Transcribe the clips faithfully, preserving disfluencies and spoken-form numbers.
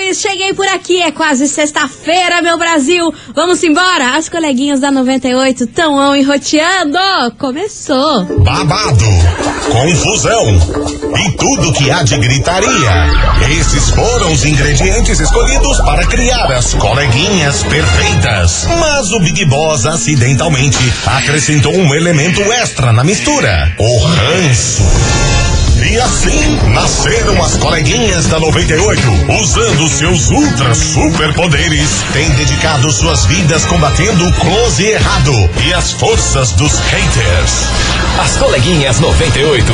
Cherries, cheguei por aqui, é quase sexta-feira, meu Brasil. Vamos embora? As coleguinhas da noventa e oito tão enroteando. Começou. Babado, confusão e tudo que há de gritaria. Esses foram os ingredientes escolhidos para criar as coleguinhas perfeitas. Mas o Big Boss acidentalmente acrescentou um elemento extra na mistura: o ranço. E assim nasceram as coleguinhas da noventa e oito, usando seus ultra super poderes, têm dedicado suas vidas combatendo o close e errado e as forças dos haters. As coleguinhas noventa e oito.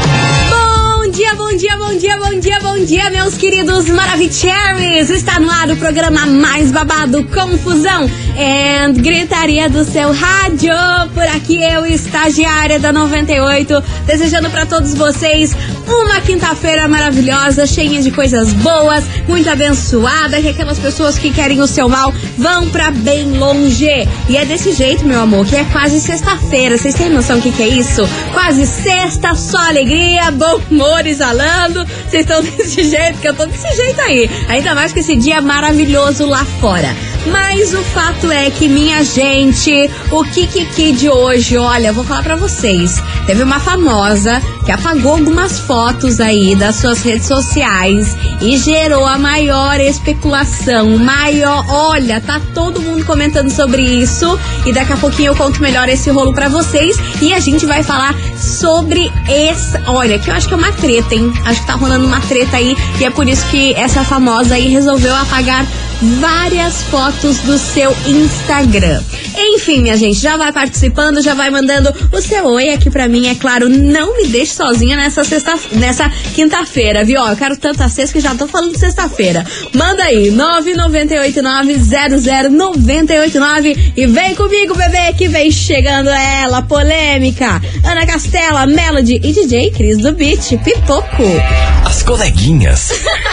Bom dia, bom dia, bom dia, bom dia, bom dia, meus queridos Maravicheries. Está no ar o programa mais babado, confusão e gritaria do seu rádio. Por aqui eu, estagiária da noventa e oito, desejando para todos vocês uma quinta-feira maravilhosa, cheia de coisas boas, muito abençoada, que aquelas pessoas que querem o seu mal vão pra bem longe. E é desse jeito, meu amor, que é quase sexta-feira. Vocês têm noção do que, que é isso? Quase sexta, só alegria, bom humor exalando. Vocês estão desse jeito, que eu tô desse jeito aí. Ainda mais com esse dia maravilhoso lá fora. Mas o fato é que, minha gente, o Kikiki de hoje, olha, eu vou falar pra vocês. Teve uma famosa que apagou algumas fotos aí das suas redes sociais e gerou a maior especulação, maior, olha, tá todo mundo comentando sobre isso e daqui a pouquinho eu conto melhor esse rolo pra vocês e a gente vai falar sobre esse, olha, que eu acho que é uma treta, hein? Acho que tá rolando uma treta aí e é por isso que essa famosa aí resolveu apagar várias fotos do seu Instagram. Enfim, minha gente, já vai participando, já vai mandando o seu oi aqui pra mim, é claro, não me deixe sozinha nessa sexta, nessa quinta-feira, viu? Ó, eu quero tanta sexta que já tô falando de sexta-feira. Manda aí, nove nove oito nove zero zero nove oito nove e vem comigo, bebê, que vem chegando ela, polêmica, Ana Castela, Melody e D J Cris do Beat, Pipoco. As coleguinhas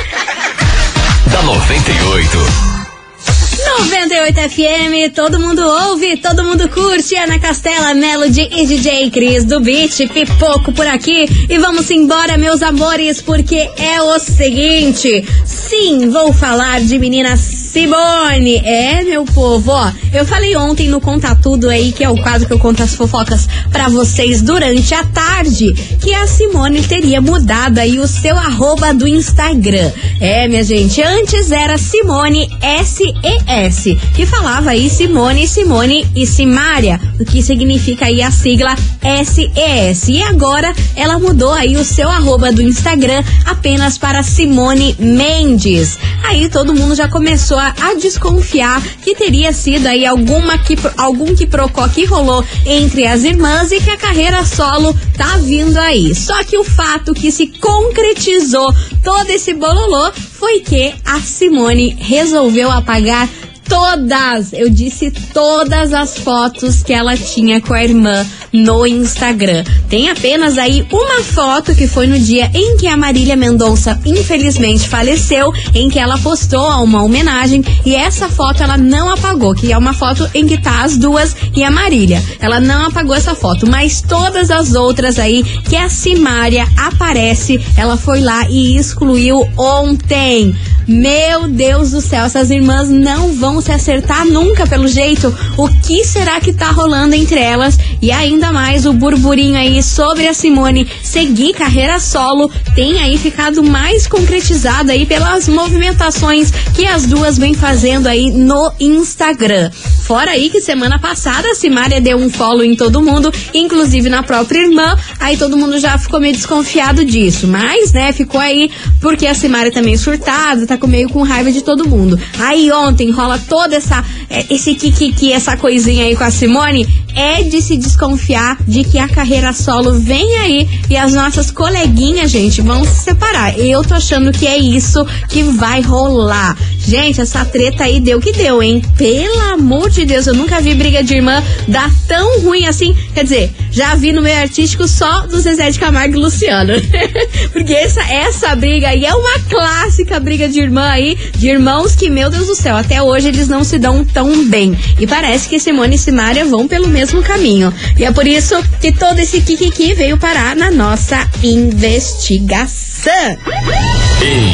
da noventa e oito. noventa e oito F M, todo mundo ouve, todo mundo curte. Ana Castela, Melody e D J Cris do Beat, Pipoco por aqui. E vamos embora, meus amores, porque é o seguinte. Sim, vou falar de menina Simone. É, meu povo, ó, eu falei ontem no Conta Tudo aí, que é o quadro que eu conto as fofocas pra vocês durante a tarde, que a Simone teria mudado aí o seu arroba do Instagram. É, minha gente, antes era Simone S E S, que falava aí Simone, Simone e Simária, o que significa aí a sigla S E S. E agora ela mudou aí o seu arroba do Instagram apenas para Simone Mendes. Aí todo mundo já começou a, a desconfiar que teria sido aí alguma que, algum quiprocó que rolou entre as irmãs e que a carreira solo tá vindo aí. Só que o fato que se concretizou todo esse bololô foi que a Simone resolveu apagar todas, eu disse todas as fotos que ela tinha com a irmã no Instagram. Tem apenas aí uma foto que foi no dia em que a Marília Mendonça infelizmente faleceu, em que ela postou uma homenagem e essa foto ela não apagou, que é uma foto em que tá as duas e a Marília. Ela não apagou essa foto, mas todas as outras aí que a Simária aparece, ela foi lá e excluiu ontem. Meu Deus do céu, essas irmãs não vão se acertar nunca pelo jeito. O que será que tá rolando entre elas? E ainda mais o burburinho aí sobre a Simone seguir carreira solo tem aí ficado mais concretizado aí pelas movimentações que as duas vêm fazendo aí no Instagram. Fora aí que semana passada a Simária deu um follow em todo mundo, inclusive na própria irmã, aí todo mundo já ficou meio desconfiado disso, mas né, ficou aí porque a Simária tá meio surtada, tá com meio com raiva de todo mundo. Aí ontem rola toda essa, esse kikiki, essa coisinha aí com a Simone, é de se desconfiar de que a carreira solo vem aí e as nossas coleguinhas, gente, vão se separar. Eu tô achando que é isso que vai rolar. Gente, essa treta aí deu que deu, hein? Pelo amor de Deus, eu nunca vi briga de irmã dar tão ruim assim. Quer dizer, já vi no meio artístico só do Zezé de Camargo e Luciano. Porque essa, essa briga aí é uma clássica briga de irmã aí, de irmãos que, meu Deus do céu, até hoje eles não se dão tão bem. E parece que Simone e Simária vão pelo mesmo caminho. E é por isso que todo esse kikiki veio parar na nossa investigação.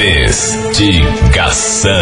Investigação.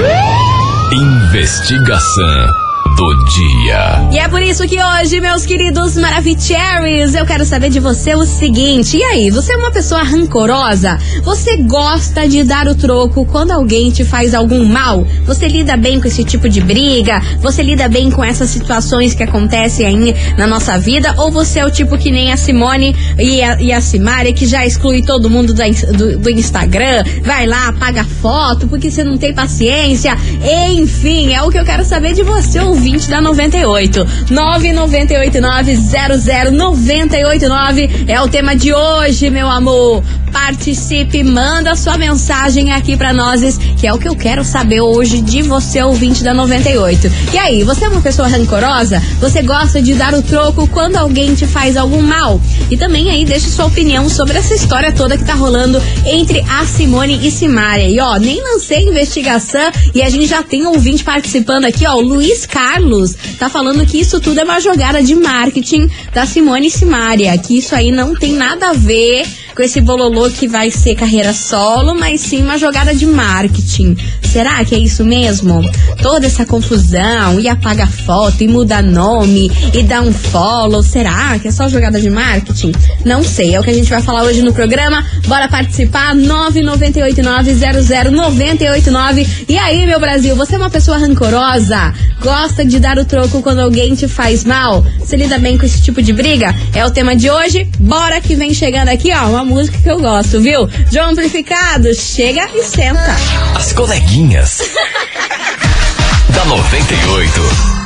Investigação do dia. E é por isso que hoje, meus queridos Maravicheries, eu quero saber de você o seguinte: e aí, você é uma pessoa rancorosa? Você gosta de dar o troco quando alguém te faz algum mal? Você lida bem com esse tipo de briga? Você lida bem com essas situações que acontecem aí na nossa vida? Ou você é o tipo que nem a Simone e a, e a Simária, que já exclui todo mundo do, do, do Instagram, vai lá, apaga foto porque você não tem paciência? Enfim, é o que eu quero saber de você, ouvinte da noventa e oito. nove nove oito nove zero zero nove oito nove é o tema de hoje, meu amor. Participe, manda sua mensagem aqui pra nós, que é o que eu quero saber hoje de você, ouvinte da noventa e oito. E aí, você é uma pessoa rancorosa? Você gosta de dar o troco quando alguém te faz algum mal? E também aí, deixe sua opinião sobre essa história toda que tá rolando entre a Simone e Simária. E ó, nem lancei investigação e a gente já tem um ouvinte participando aqui, ó, o Luiz Carlos tá falando que isso tudo é uma jogada de marketing da Simone e Simária, que isso aí não tem nada a ver com esse bololô que vai ser carreira solo, mas sim uma jogada de marketing. Será que é isso mesmo? Toda essa confusão, e apaga foto, e muda nome, e dá um follow, será que é só jogada de marketing? Não sei, é o que a gente vai falar hoje no programa. Bora participar, nove nove oito nove zero zero nove oito nove. E aí, meu Brasil, você é uma pessoa rancorosa? Gosta de dar o troco quando alguém te faz mal? Você lida bem com esse tipo de briga? É o tema de hoje. Bora que vem chegando aqui, ó, uma música que eu gosto, viu? De Amplificado, chega e senta. As coleguinhas da noventa e oito.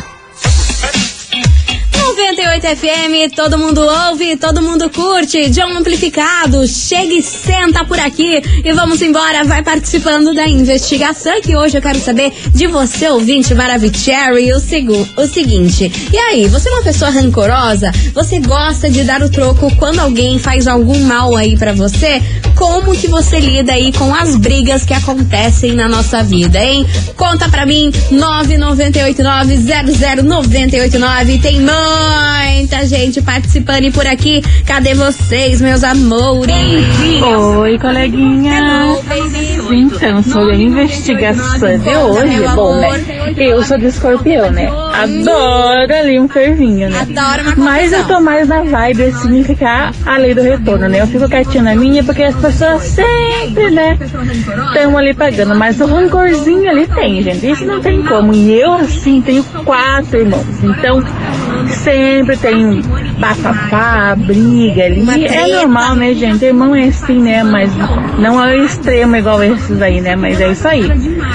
noventa e oito F M, todo mundo ouve, todo mundo curte. John Amplificado, chega e senta por aqui. E vamos embora, vai participando da investigação, que hoje eu quero saber de você, ouvinte Maravicherry, o, segu- o seguinte: e aí, você é uma pessoa rancorosa? Você gosta de dar o troco quando alguém faz algum mal aí pra você? Como que você lida aí com as brigas que acontecem na nossa vida, hein? Conta pra mim, nove nove oito nove zero zero nove oito nove. Tem muita gente participando por aqui. Cadê vocês, meus amores? Oi, coleguinha. Hello, baby. Então, sobre a investigação de hoje, bom, né? Eu sou de escorpião, né? Adoro ali um fervinho, né? Adoro uma Mas eu confusão. tô mais na vibe, assim, ficar a lei do retorno, né? Eu fico quietinha na minha, porque as pessoas sempre, né, estão ali pagando. Mas o rancorzinho ali tem, gente. Isso não tem como. E eu, assim, tenho quatro irmãos. Então, sempre tem bafafá, briga ali. Uma É treta. normal, né, gente? Irmão é assim, né? Mas não é o extremo igual esses aí, né? Mas é isso aí.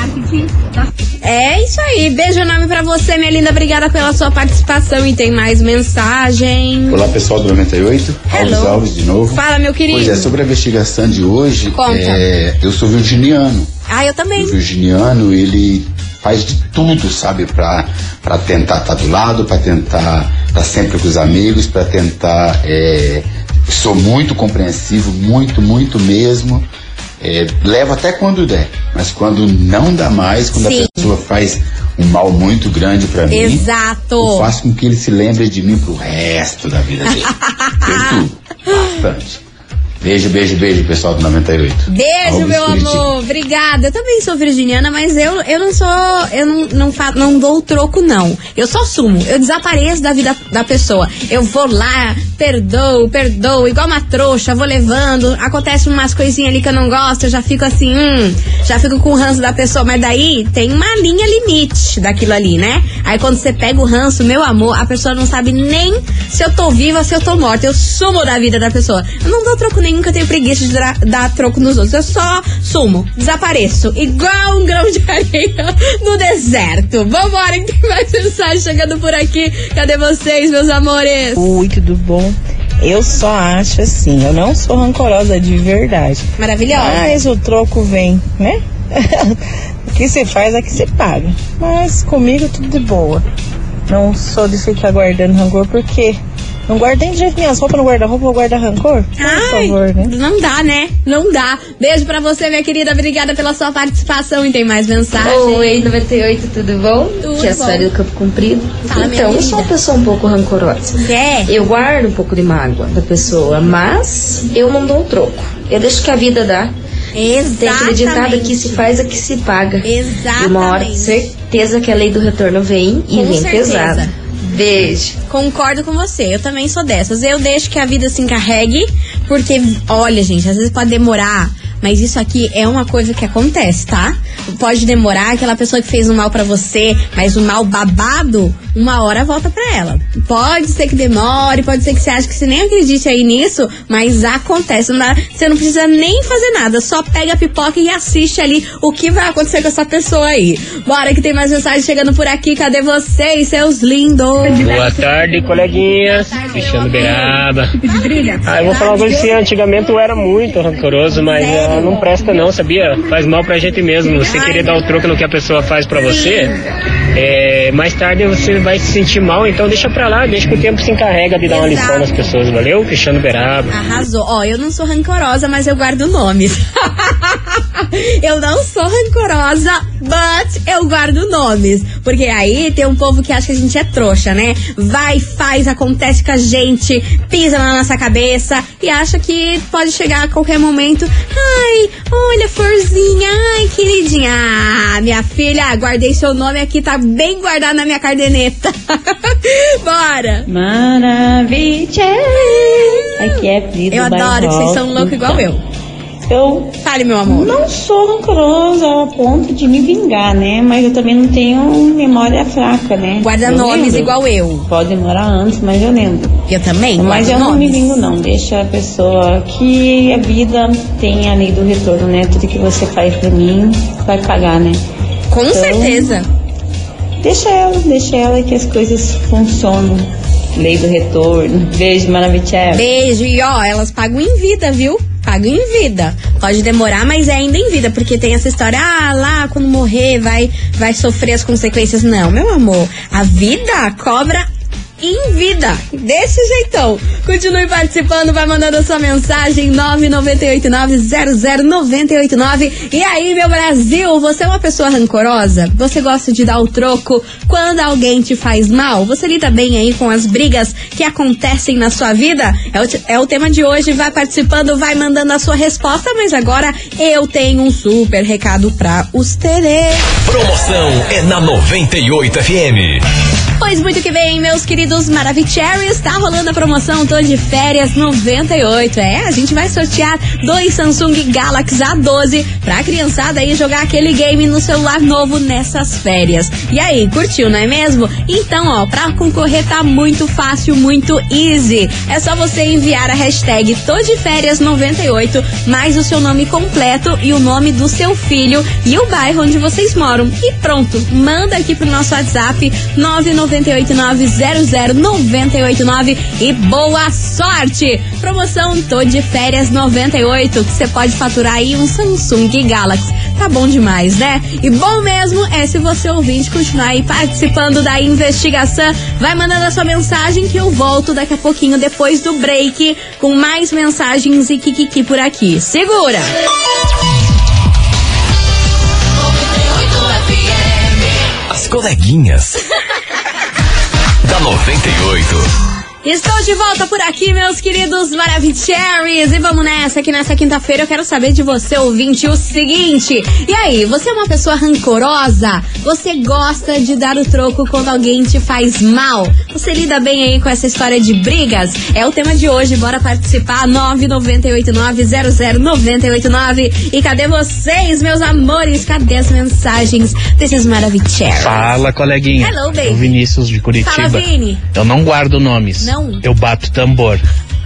É isso aí, beijo enorme pra você, minha linda. Obrigada pela sua participação. E tem mais mensagem. Olá, pessoal do noventa e oito, Alves Hello. Alves de novo. Fala, meu querido. Pois é, sobre a investigação de hoje, Conta. é, eu sou virginiano. Ah, eu também. O virginiano, ele faz de tudo, sabe, pra, pra tentar estar do lado, pra tentar estar sempre com os amigos, pra tentar, é, sou muito compreensivo, muito, muito mesmo. É, levo até quando der, mas quando não dá mais, quando Sim. a pessoa faz um mal muito grande pra mim, Exato. eu faço com que ele se lembre de mim pro resto da vida dele. Tem tudo, bastante. Beijo, beijo, beijo, pessoal do noventa e oito. Beijo, Alves meu Curitiba. amor. Obrigada. Eu também sou virginiana, mas eu, eu não sou. Eu não, não, fa, não dou o troco, não. Eu só sumo. Eu desapareço da vida da pessoa. Eu vou lá, perdoo, perdoo, igual uma trouxa, vou levando. Acontece umas coisinhas ali que eu não gosto, eu já fico assim, hum, já fico com o ranço da pessoa. Mas daí tem uma linha limite daquilo ali, né? Aí quando você pega o ranço, meu amor, a pessoa não sabe nem se eu tô viva, se eu tô morta. Eu sumo da vida da pessoa. Eu não dou troco nenhum, que eu tenho preguiça de dar, dar troco nos outros. Eu só sumo, desapareço, igual um grão de areia no deserto. Vambora, que tem mais mensagem chegando por aqui. Cadê vocês, meus amores? Oi, tudo bom? Eu só acho assim, eu não sou rancorosa de verdade. Maravilhosa. Mas o troco vem, né? O que você faz é que você paga. Mas comigo tudo de boa. Não sou de ficar guardando rancor, porque não guardo nem de jeito minhas roupas no guarda-roupa, vou guardar rancor? Por Ai, favor, né? não dá, né? Não dá. Beijo pra você, minha querida. Obrigada pela sua participação. E tem mais mensagem. Oi, noventa e oito, tudo bom? Tudo Que é a bom. Sueli do Campo Comprido. Fala, minha Então, eu sou uma querida. pessoa um pouco rancorosa. É. Eu guardo um pouco de mágoa da pessoa, mas eu não dou o troco. Eu deixo que a vida dá. Exatamente. Tem aquele ditado que se faz é que se paga. Exatamente. E uma hora, certeza que a lei do retorno vem e Com vem certeza. pesada. Beijo. Concordo com você, eu também sou dessas. Eu deixo que a vida se encarregue, porque, olha, gente, às vezes pode demorar, mas isso aqui é uma coisa que acontece, tá? Pode demorar, aquela pessoa que fez um mal pra você, mas o mal babado, uma hora volta pra ela. Pode ser que demore, pode ser que você ache que você nem acredite aí nisso, mas acontece. Não dá, você não precisa nem fazer nada, só pega a pipoca e assiste ali o que vai acontecer com essa pessoa aí. Bora que tem mais mensagem chegando por aqui, cadê vocês, seus lindos? Boa tarde, coleguinhas. Cristiano Beraba. Ah, eu vou falar uma coisa assim, antigamente eu era muito rancoroso, mas uh, não presta não, sabia? Faz mal pra gente mesmo. Você querer dar o troco no que a pessoa faz pra você, é, mais tarde você vai se sentir mal, então deixa pra lá, deixa que o tempo se encarrega de dar uma lição nas pessoas, valeu? Cristiano Beraba. Arrasou. Ó, eu não sou rancorosa, mas eu guardo nomes. Eu não sou rancorosa, but eu guardo nomes. Porque aí tem um povo que acha que a gente é trouxa, né? Vai, faz, acontece com a gente, pisa na nossa cabeça e acha que pode chegar a qualquer momento. Ai, olha, florzinha, ai, queridinha. Ah, minha filha, guardei seu nome aqui, tá bem guardado na minha caderneta. Bora! Maravilha! Aqui é Frida. Eu adoro que vocês são loucos igual eu. Eu Fale, meu amor. não sou rancorosa ao ponto de me vingar, né? Mas eu também não tenho memória fraca, né? Guarda eu nomes lembro. igual eu. Pode demorar anos, mas eu lembro. Eu também, Mas guardo eu não me nomes. vingo, não. Deixa a pessoa que a vida tem a lei do retorno, né? Tudo que você faz pra mim vai pagar, né? Com Então, certeza. Deixa ela, deixa ela que as coisas funcionam. Lei do retorno. Beijo, maravilha. Beijo. E ó, elas pagam em vida, viu? Pagam em vida. Pode demorar, mas é ainda em vida, porque tem essa história, ah, lá, quando morrer, vai, vai sofrer as consequências. Não, meu amor, a vida cobra em vida, desse jeitão. Continue participando, vai mandando a sua mensagem nove nove oito nove zero zero nove oito nove. E aí, meu Brasil, você é uma pessoa rancorosa? Você gosta de dar o troco quando alguém te faz mal? Você lida bem aí com as brigas que acontecem na sua vida? É o, é o tema de hoje, vai participando, vai mandando a sua resposta, mas agora eu tenho um super recado pra os terê. Promoção é na noventa e oito F M. Pois muito que bem, meus queridos Maravicheries, tá rolando a promoção Tô de Férias noventa e oito. É, a gente vai sortear dois Samsung Galaxy A doze pra criançada aí jogar aquele game no celular novo nessas férias. E aí, curtiu, não é mesmo? Então, ó, pra concorrer tá muito fácil, muito easy. É só você enviar a hashtag Tô de Férias noventa e oito, mais o seu nome completo e o nome do seu filho e o bairro onde vocês moram. E pronto, manda aqui pro nosso WhatsApp nove nove oito nove zero zero nove oito nove e boa sorte! Promoção Tô de Férias noventa e oito, que você pode faturar aí um Samsung Galaxy. Tá bom demais, né? E bom mesmo é se você ouvinte continuar aí participando da investigação. Vai mandando a sua mensagem que eu volto daqui a pouquinho depois do break com mais mensagens e kikiki por aqui. Segura! As coleguinhas da noventa e oito. Estou de volta por aqui, meus queridos Maravicheries. E vamos nessa, que nessa quinta-feira eu quero saber de você, ouvinte, o seguinte. E aí, você é uma pessoa rancorosa? Você gosta de dar o troco quando alguém te faz mal? Você lida bem aí com essa história de brigas? É o tema de hoje, bora participar. nove nove oito nove zero zero nove oito nove. E cadê vocês, meus amores? Cadê as mensagens desses Maravicheries? Fala, coleguinha. Hello, baby. O Vinícius de Curitiba. Fala, Vini. Eu não guardo nomes. Não? Eu bato tambor.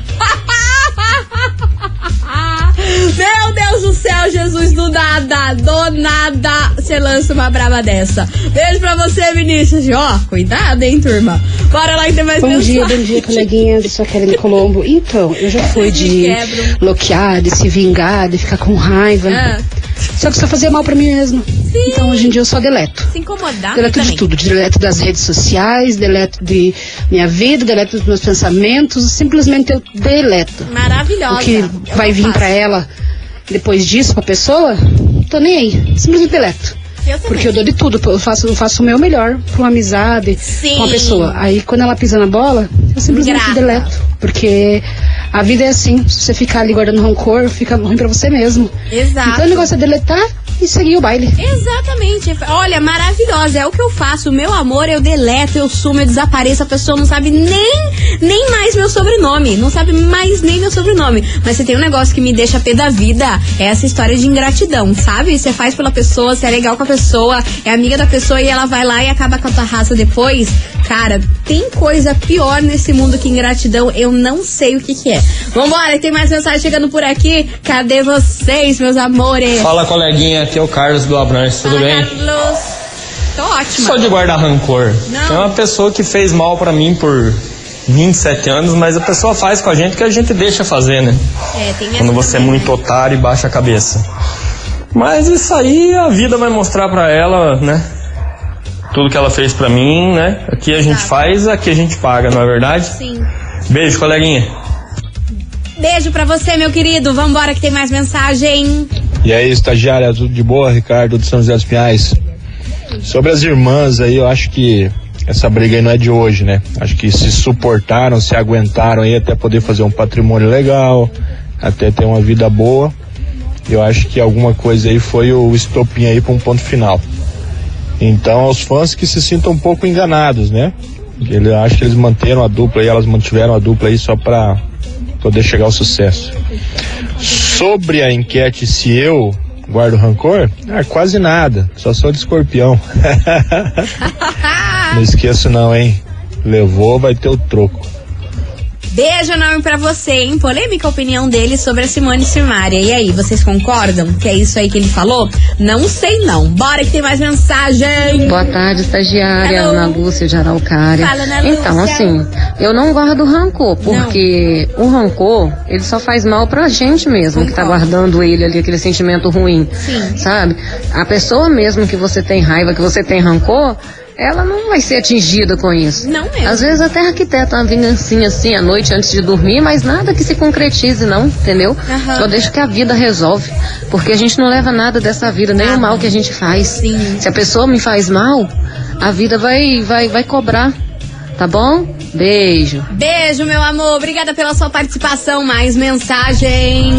Meu Deus do céu, Jesus, do nada, do nada, você lança uma braba dessa. Beijo pra você, Vinícius. Ó, cuidado, hein, turma. Bora lá que tem mais Bom mensagem. dia, bom dia, coleguinhas. Eu sou a Kelly Colombo. Então, eu já fui de bloquear, de se vingar, de ficar com raiva. Ah. Só que só fazia mal pra mim mesmo. Sim. Então, hoje em dia eu só deleto. Se incomodar, Deleto também. de tudo. Deleto das redes sociais, deleto de minha vida, deleto dos meus pensamentos. Simplesmente eu deleto. Maravilhosa. O que Eu vai não vir faço. pra ela depois disso, pra pessoa, tô nem aí. Simplesmente deleto. Eu Porque eu dou de tudo, eu faço, eu faço o meu melhor pra uma amizade, Sim. com uma pessoa. Aí quando ela pisa na bola, eu simplesmente Grata. deleto. Porque a vida é assim, se você ficar ali guardando rancor, fica ruim pra você mesmo. Exato. Então o negócio é deletar e seguir o baile. Exatamente. Olha, maravilhosa. É o que eu faço. O meu amor, eu deleto, eu sumo, eu desapareço. A pessoa não sabe nem, nem mais meu sobrenome. Não sabe mais nem meu sobrenome. Mas você tem um negócio que me deixa pé da vida. É essa história de ingratidão, sabe? Você faz pela pessoa, você é legal com a pessoa, é amiga da pessoa e ela vai lá e acaba com a tua raça depois. Cara, tem coisa pior nesse mundo que ingratidão. Eu não sei o que que é. Vambora, tem mais mensagem chegando por aqui. Cadê vocês, meus amores? Fala, coleguinha, aqui é o Carlos do Abrantes, tudo Fala, bem? Carlos. Tô ótima. Só de guardar rancor. Não. É uma pessoa que fez mal pra mim por vinte e sete anos, mas a pessoa faz com a gente que a gente deixa fazer, né? É, tem essa Quando você é também, muito né? otário e baixa a cabeça. Mas isso aí a vida vai mostrar pra ela, né? Tudo que ela fez pra mim, né? Aqui a gente Exato. faz, aqui a gente paga, não é verdade? Sim. Beijo, coleguinha. Beijo pra você, meu querido. Vambora que tem mais mensagem. E aí, estagiária, tudo de boa? Ricardo de São José dos Pinhais. Sobre as irmãs aí, eu acho que essa briga aí não é de hoje, né? Acho que se suportaram, se aguentaram aí até poder fazer um patrimônio legal, até ter uma vida boa. Eu acho que alguma coisa aí foi o estopim aí para um ponto final. Então, aos fãs que se sintam um pouco enganados, né? Eu acho que eles manteram a dupla aí, elas mantiveram a dupla aí só para poder chegar ao sucesso. Sobre a enquete se eu guardo rancor, ah, quase nada, só sou de escorpião. Não esqueço não, hein? Levou, vai ter o troco. Beijo enorme pra você, hein? Polêmica a opinião dele sobre a Simone Simaria. E aí, vocês concordam que é isso aí que ele falou? Não sei não. Bora que tem mais mensagem. Boa tarde, estagiária, Hello. Ana Lúcia de Araucária. Fala, Ana Lúcia. Então, assim, eu não guardo rancor, porque não. O rancor, ele só faz mal pra gente mesmo, Concordo. Que tá guardando ele ali, aquele sentimento ruim, Sim. sabe? A pessoa mesmo que você tem raiva, que você tem rancor, ela não vai ser atingida com isso. Não mesmo. Às vezes até arquiteta uma vingancinha assim à noite antes de dormir, mas nada que se concretize não, entendeu? Uhum. Só deixa que a vida resolve, porque a gente não leva nada dessa vida, nem o mal que a gente faz. Sim. Se a pessoa me faz mal, a vida vai, vai, vai cobrar, tá bom? Beijo. Beijo, meu amor. Obrigada pela sua participação. Mais mensagem.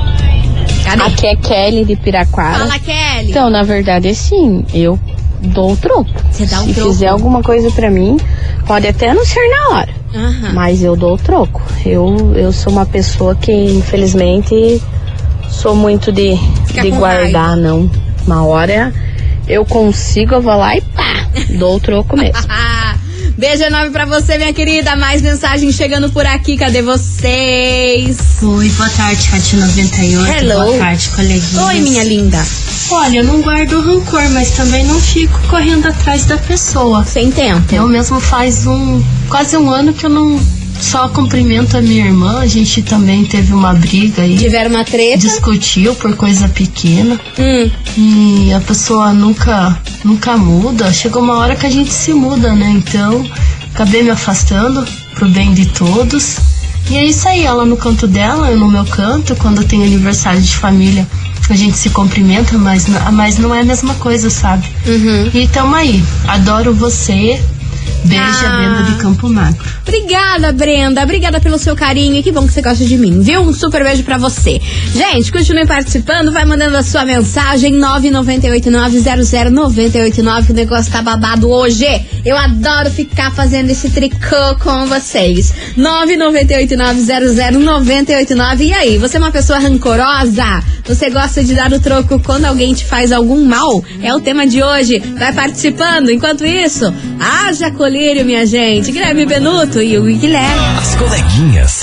Cadê? Aqui é Kelly de Piraquara. Fala, Kelly. Então, na verdade, sim, eu dou o troco. Você dá o Se troco? fizer alguma coisa pra mim, pode até não ser na hora, Uhum. mas eu dou o troco. Eu, eu sou uma pessoa que, infelizmente, sou muito de, Fica de com guardar, raiva. não. Uma hora eu consigo, eu vou lá e pá, dou o troco mesmo. Beijo enorme pra você, minha querida. Mais mensagem chegando por aqui. Cadê vocês? Oi, boa tarde, Rádio noventa e oito. Hello. Boa tarde, coleguinha. Oi, minha linda. Olha, eu não guardo rancor, mas também não fico correndo atrás da pessoa. Sem tempo. Eu mesmo faz um quase um ano que eu não só cumprimento a minha irmã. A gente também teve uma briga aí. Tiveram uma treta. Discutiu por coisa pequena. Hum. E a pessoa nunca, nunca muda. Chegou uma hora que a gente se muda, né? Então, acabei me afastando pro bem de todos. E é isso aí, ela no canto dela, eu no meu canto. Quando tem aniversário de família, a gente se cumprimenta, mas, mas não é a mesma coisa, sabe? Uhum. E tamo aí. Adoro você. Beijo, Ah. a Brenda de Campo Magro. Obrigada, Brenda. Obrigada pelo seu carinho. E que bom que você gosta de mim, viu? Um super beijo pra você. Gente, continue participando. Vai mandando a sua mensagem. nove nove oito nove zero zero nove oito nove. O negócio tá babado hoje. Eu adoro ficar fazendo esse tricô com vocês. nove nove oito nove zero zero nove oito nove. E aí, você é uma pessoa rancorosa? Você gosta de dar o troco quando alguém te faz algum mal? É o tema de hoje. Vai participando. Enquanto isso, haja colírio, minha gente. Guilherme Benuto e o Guilherme. As coleguinhas.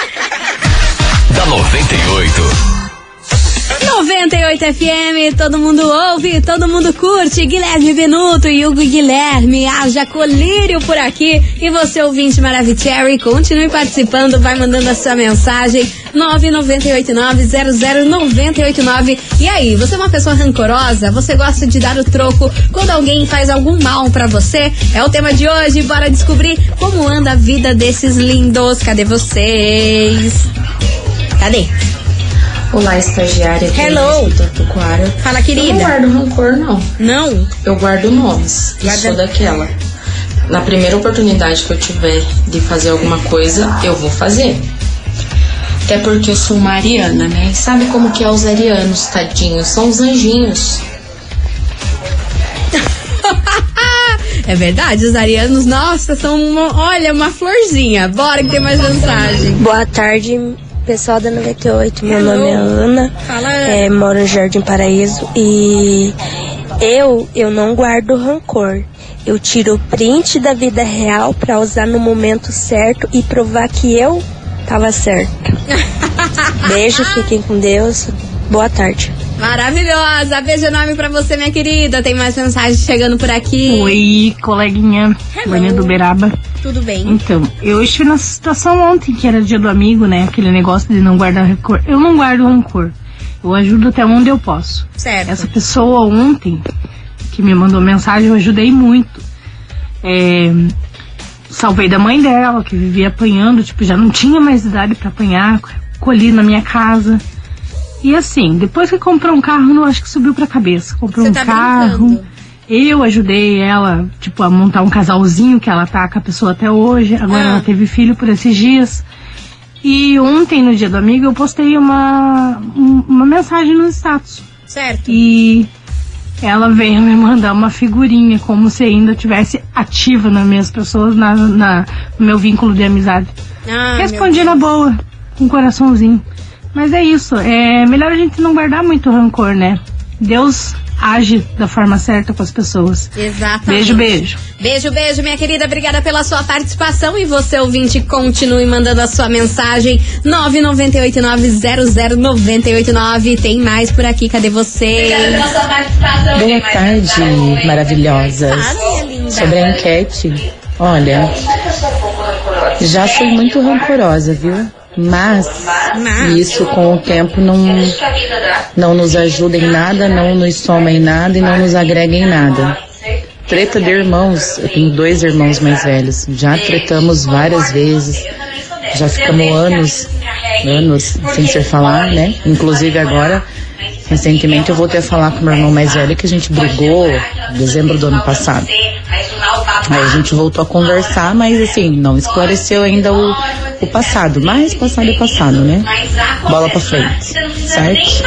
Da noventa e oito. noventa e oito F M, todo mundo ouve, todo mundo curte. Guilherme Benuto e Hugo Guilherme, haja colírio por aqui. E você, ouvinte Maravicherry, continue participando, vai mandando a sua mensagem. nove nove oito nove zero zero nove oito nove. E aí, você é uma pessoa rancorosa? Você gosta de dar o troco quando alguém faz algum mal pra você? É o tema de hoje, bora descobrir como anda a vida desses lindos. Cadê vocês? Cadê? Olá, estagiária. Hello. Fala, querida. Eu não guardo rancor, não. Não? Eu guardo nomes. Eu sou daquela. Na primeira oportunidade que eu tiver de fazer alguma coisa, eu vou fazer. Até porque eu sou uma ariana, né? E sabe como que é os arianos, tadinhos? São os anjinhos. É verdade, os arianos, nossa, são, uma, olha, uma florzinha. Bora que tem mais mensagem. Boa tarde, pessoal da noventa e oito. Meu Hello. nome é Ana. Fala, é, moro no Jardim Paraíso. E eu, eu não guardo rancor. Eu tiro o print da vida real pra usar no momento certo e provar que eu tava certa. Beijo, fiquem com Deus. Boa tarde. Maravilhosa, beijo enorme pra você, minha querida. Tem mais mensagens chegando por aqui. Oi, coleguinha Vânia do Beraba. Tudo bem? Então, eu estive na situação ontem, que era dia do amigo, né? Aquele negócio de não guardar rancor. Eu não guardo rancor. Eu ajudo até onde eu posso. Certo. Essa pessoa ontem que me mandou mensagem, eu ajudei muito. É, salvei da mãe dela, que vivia apanhando, tipo, já não tinha mais idade pra apanhar. Colhi na minha casa. E assim, depois que comprou um carro, não acho que subiu pra cabeça. Comprou Você um tá carro. brincando? Eu ajudei ela, tipo, a montar um casalzinho que ela tá com a pessoa até hoje. Agora Ah. ela teve filho por esses dias. E ontem, no dia do amigo, eu postei uma, um- uma mensagem no status. Certo. E ela veio me mandar uma figurinha, como se ainda tivesse ativa nas minhas pessoas, na, na, no meu vínculo de amizade. Ah, Respondi na boa, com um coraçãozinho. Mas é isso, é melhor a gente não guardar muito rancor, né? Deus age da forma certa com as pessoas. Exatamente. Beijo, beijo. Beijo, beijo, minha querida. Obrigada pela sua participação. E você, ouvinte, continue mandando a sua mensagem. nove nove oito nove zero zero nove oito nove. Tem mais por aqui. Cadê você? Obrigada pela sua participação. Boa tarde, maravilhosas. Ah, minha linda. Sobre a enquete, olha, já fui muito rancorosa, viu? Mas, Mas isso com o tempo não, não nos ajuda em nada, não nos soma em nada e não nos agrega em nada. Treta de irmãos, eu tenho dois irmãos mais velhos, já tretamos várias vezes, já ficamos anos, anos sem se falar, né? Inclusive agora, recentemente eu voltei a falar com meu irmão mais velho que a gente brigou em dezembro do ano passado. Aí a gente voltou a conversar, mas assim, não esclareceu ainda o, o passado. Mas passado é passado, né? Bola pra frente, certo?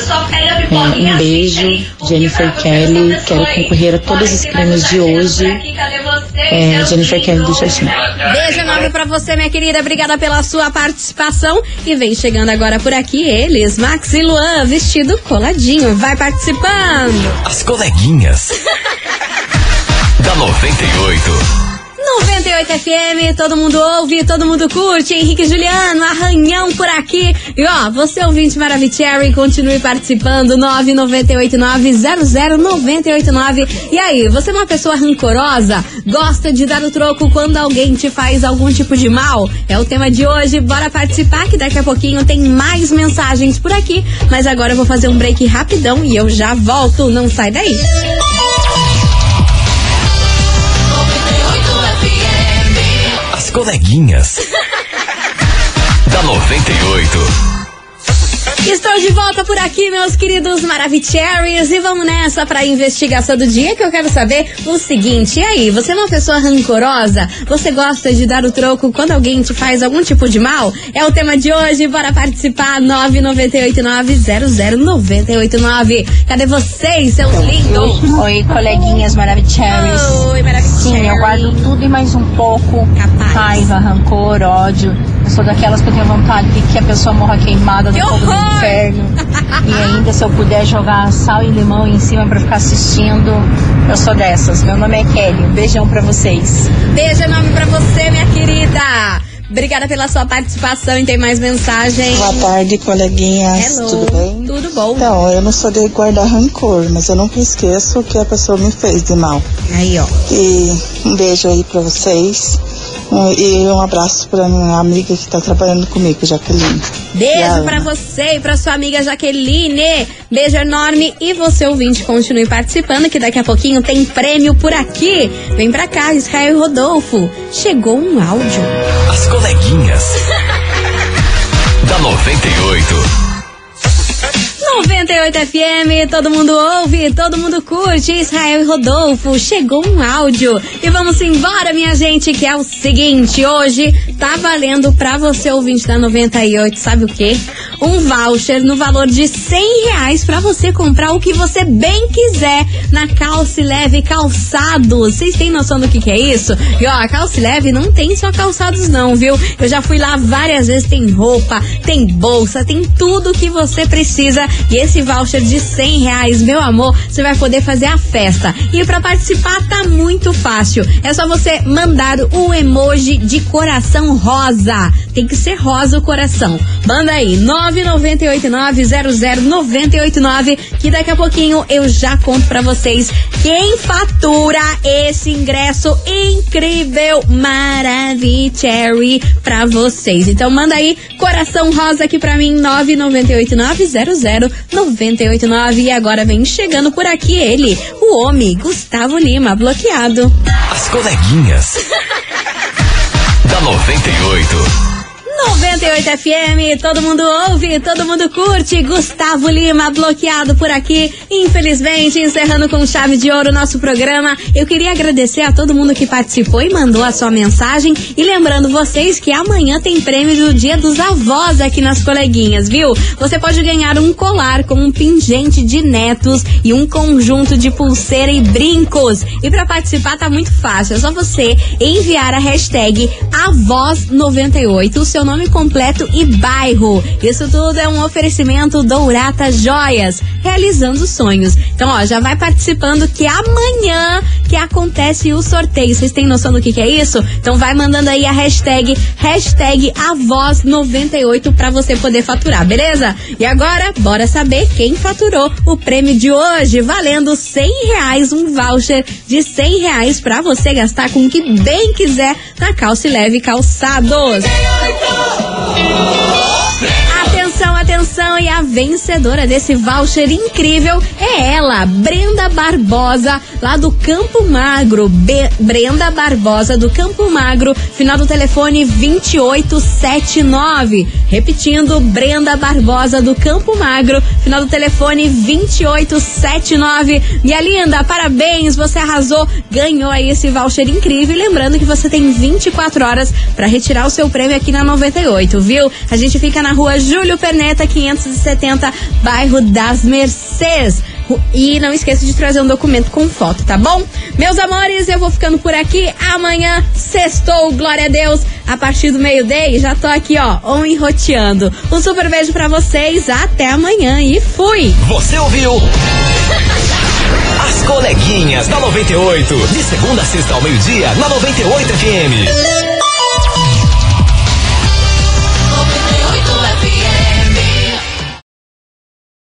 É, um beijo, Jennifer Kelly. Quero concorrer a todos os prêmios de hoje. É, Jennifer Kelly do Xaxim. Beijo enorme pra você, minha querida. Obrigada pela sua participação. E vem chegando agora por aqui eles, Max e Luan, vestido coladinho. Vai participando. As coleguinhas. Da noventa e oito. noventa e oito F M, todo mundo ouve, todo mundo curte. Henrique e Juliano, Arranhão por aqui. E ó, você ouvinte Maravicherry, continue participando. nove nove oito nove zero zero nove oito nove. E aí, você é uma pessoa rancorosa? Gosta de dar o troco quando alguém te faz algum tipo de mal? É o tema de hoje. Bora participar que daqui a pouquinho tem mais mensagens por aqui. Mas agora eu vou fazer um break rapidão e eu já volto. Não sai daí. As coleguinhas. Da noventa e oito. Estou de volta por aqui, meus queridos Maravicheries, e vamos nessa para a investigação do dia, que eu quero saber o seguinte: e aí, você é uma pessoa rancorosa? Você gosta de dar o troco quando alguém te faz algum tipo de mal? É o tema de hoje, bora participar. Nove nove oito nove zero zero nove oito nove. Cadê vocês, seus lindos? Oi, coleguinhas Maravicheries. Oi, Maravicheries. Sim, eu guardo tudo e mais um pouco. Capaz. Raiva, rancor, ódio. Eu sou daquelas que eu tenho vontade de que a pessoa morra queimada no fogo do inferno. E ainda, se eu puder jogar sal e limão em cima pra ficar assistindo, eu sou dessas. Meu nome é Kelly. Um beijão pra vocês. Beijo enorme pra você, minha querida. Obrigada pela sua participação e tem mais mensagem. Boa tarde, coleguinhas. Hello. Tudo bem? Tudo bom. Então, eu não sou de guardar rancor, mas eu nunca esqueço o que a pessoa me fez de mal. Aí, ó. E um beijo aí pra vocês. Um, e um abraço pra minha amiga que tá trabalhando comigo, Jaqueline. Beijo pra você e pra sua amiga Jaqueline. Beijo enorme. E você, ouvinte, continue participando, que daqui a pouquinho tem prêmio por aqui. Vem pra cá, Israel e Rodolfo. Chegou um áudio. As coleguinhas. Da noventa e oito. noventa e oito F M, todo mundo ouve, todo mundo curte. Israel e Rodolfo, chegou um áudio. E vamos embora, minha gente, que é o seguinte: hoje tá valendo pra você, ouvinte da noventa e oito, sabe o quê? Um voucher no valor de cem reais pra você comprar o que você bem quiser na Calce Leve Calçados. Vocês têm noção do que que é isso? E ó, a Calce Leve não tem só calçados não, viu? Eu já fui lá várias vezes, tem roupa, tem bolsa, tem tudo que você precisa. E esse voucher de cem reais, meu amor, você vai poder fazer a festa. E pra participar tá muito fácil. É só você mandar o emoji de coração rosa. Tem que ser rosa o coração. Manda aí, nove nove oito nove zero zero nove oito nove, que daqui a pouquinho eu já conto pra vocês quem fatura esse ingresso incrível, Maravicherry, pra vocês. Então manda aí, coração rosa aqui pra mim, nove nove oito nove zero zero nove oito nove. E agora vem chegando por aqui ele, o homem, Gustavo Lima, bloqueado. As coleguinhas da noventa e oito. noventa e oito F M, todo mundo ouve, todo mundo curte. Gustavo Lima, bloqueado por aqui. Infelizmente, encerrando com chave de ouro o nosso programa. Eu queria agradecer a todo mundo que participou e mandou a sua mensagem. E lembrando vocês que amanhã tem prêmio do Dia dos Avós aqui nas coleguinhas, viu? Você pode ganhar um colar com um pingente de netos e um conjunto de pulseira e brincos. E pra participar tá muito fácil, é só você enviar a hashtag avós noventa e oito, o seu nome completo e bairro. Isso tudo é um oferecimento Dourata Joias, realizando sonhos. Então, ó, já vai participando que amanhã que acontece o sorteio. Vocês têm noção do que que é isso? Então vai mandando aí a hashtag, hashtag avós noventa e oito pra você poder faturar, beleza? E agora, bora saber quem faturou o prêmio de hoje, valendo cem reais, um voucher de cem reais pra você gastar com o que bem quiser na Calce Leve Calçados. Atenção, atenção, e a vencedora desse voucher incrível é ela, Brenda Barbosa, lá do Campo Magro. Be- Brenda Barbosa do Campo Magro, final do telefone vinte e oito setenta e nove. Repetindo, Brenda Barbosa do Campo Magro, final do telefone vinte e oito setenta e nove. Minha linda, parabéns, você arrasou, ganhou aí esse voucher incrível. E lembrando que você tem vinte e quatro horas para retirar o seu prêmio aqui na noventa e oito, viu? A gente fica na rua Júlio Perneta, quinhentos e setenta, bairro das Mercês. E não esqueça de trazer um documento com foto, tá bom? Meus amores, eu vou ficando por aqui. Amanhã, sextou, glória a Deus. A partir do meio-dia, já tô aqui, ó, on e roteando. Um super beijo pra vocês, até amanhã e fui! Você ouviu? As coleguinhas da noventa e oito. De segunda a sexta ao meio-dia, na noventa e oito F M.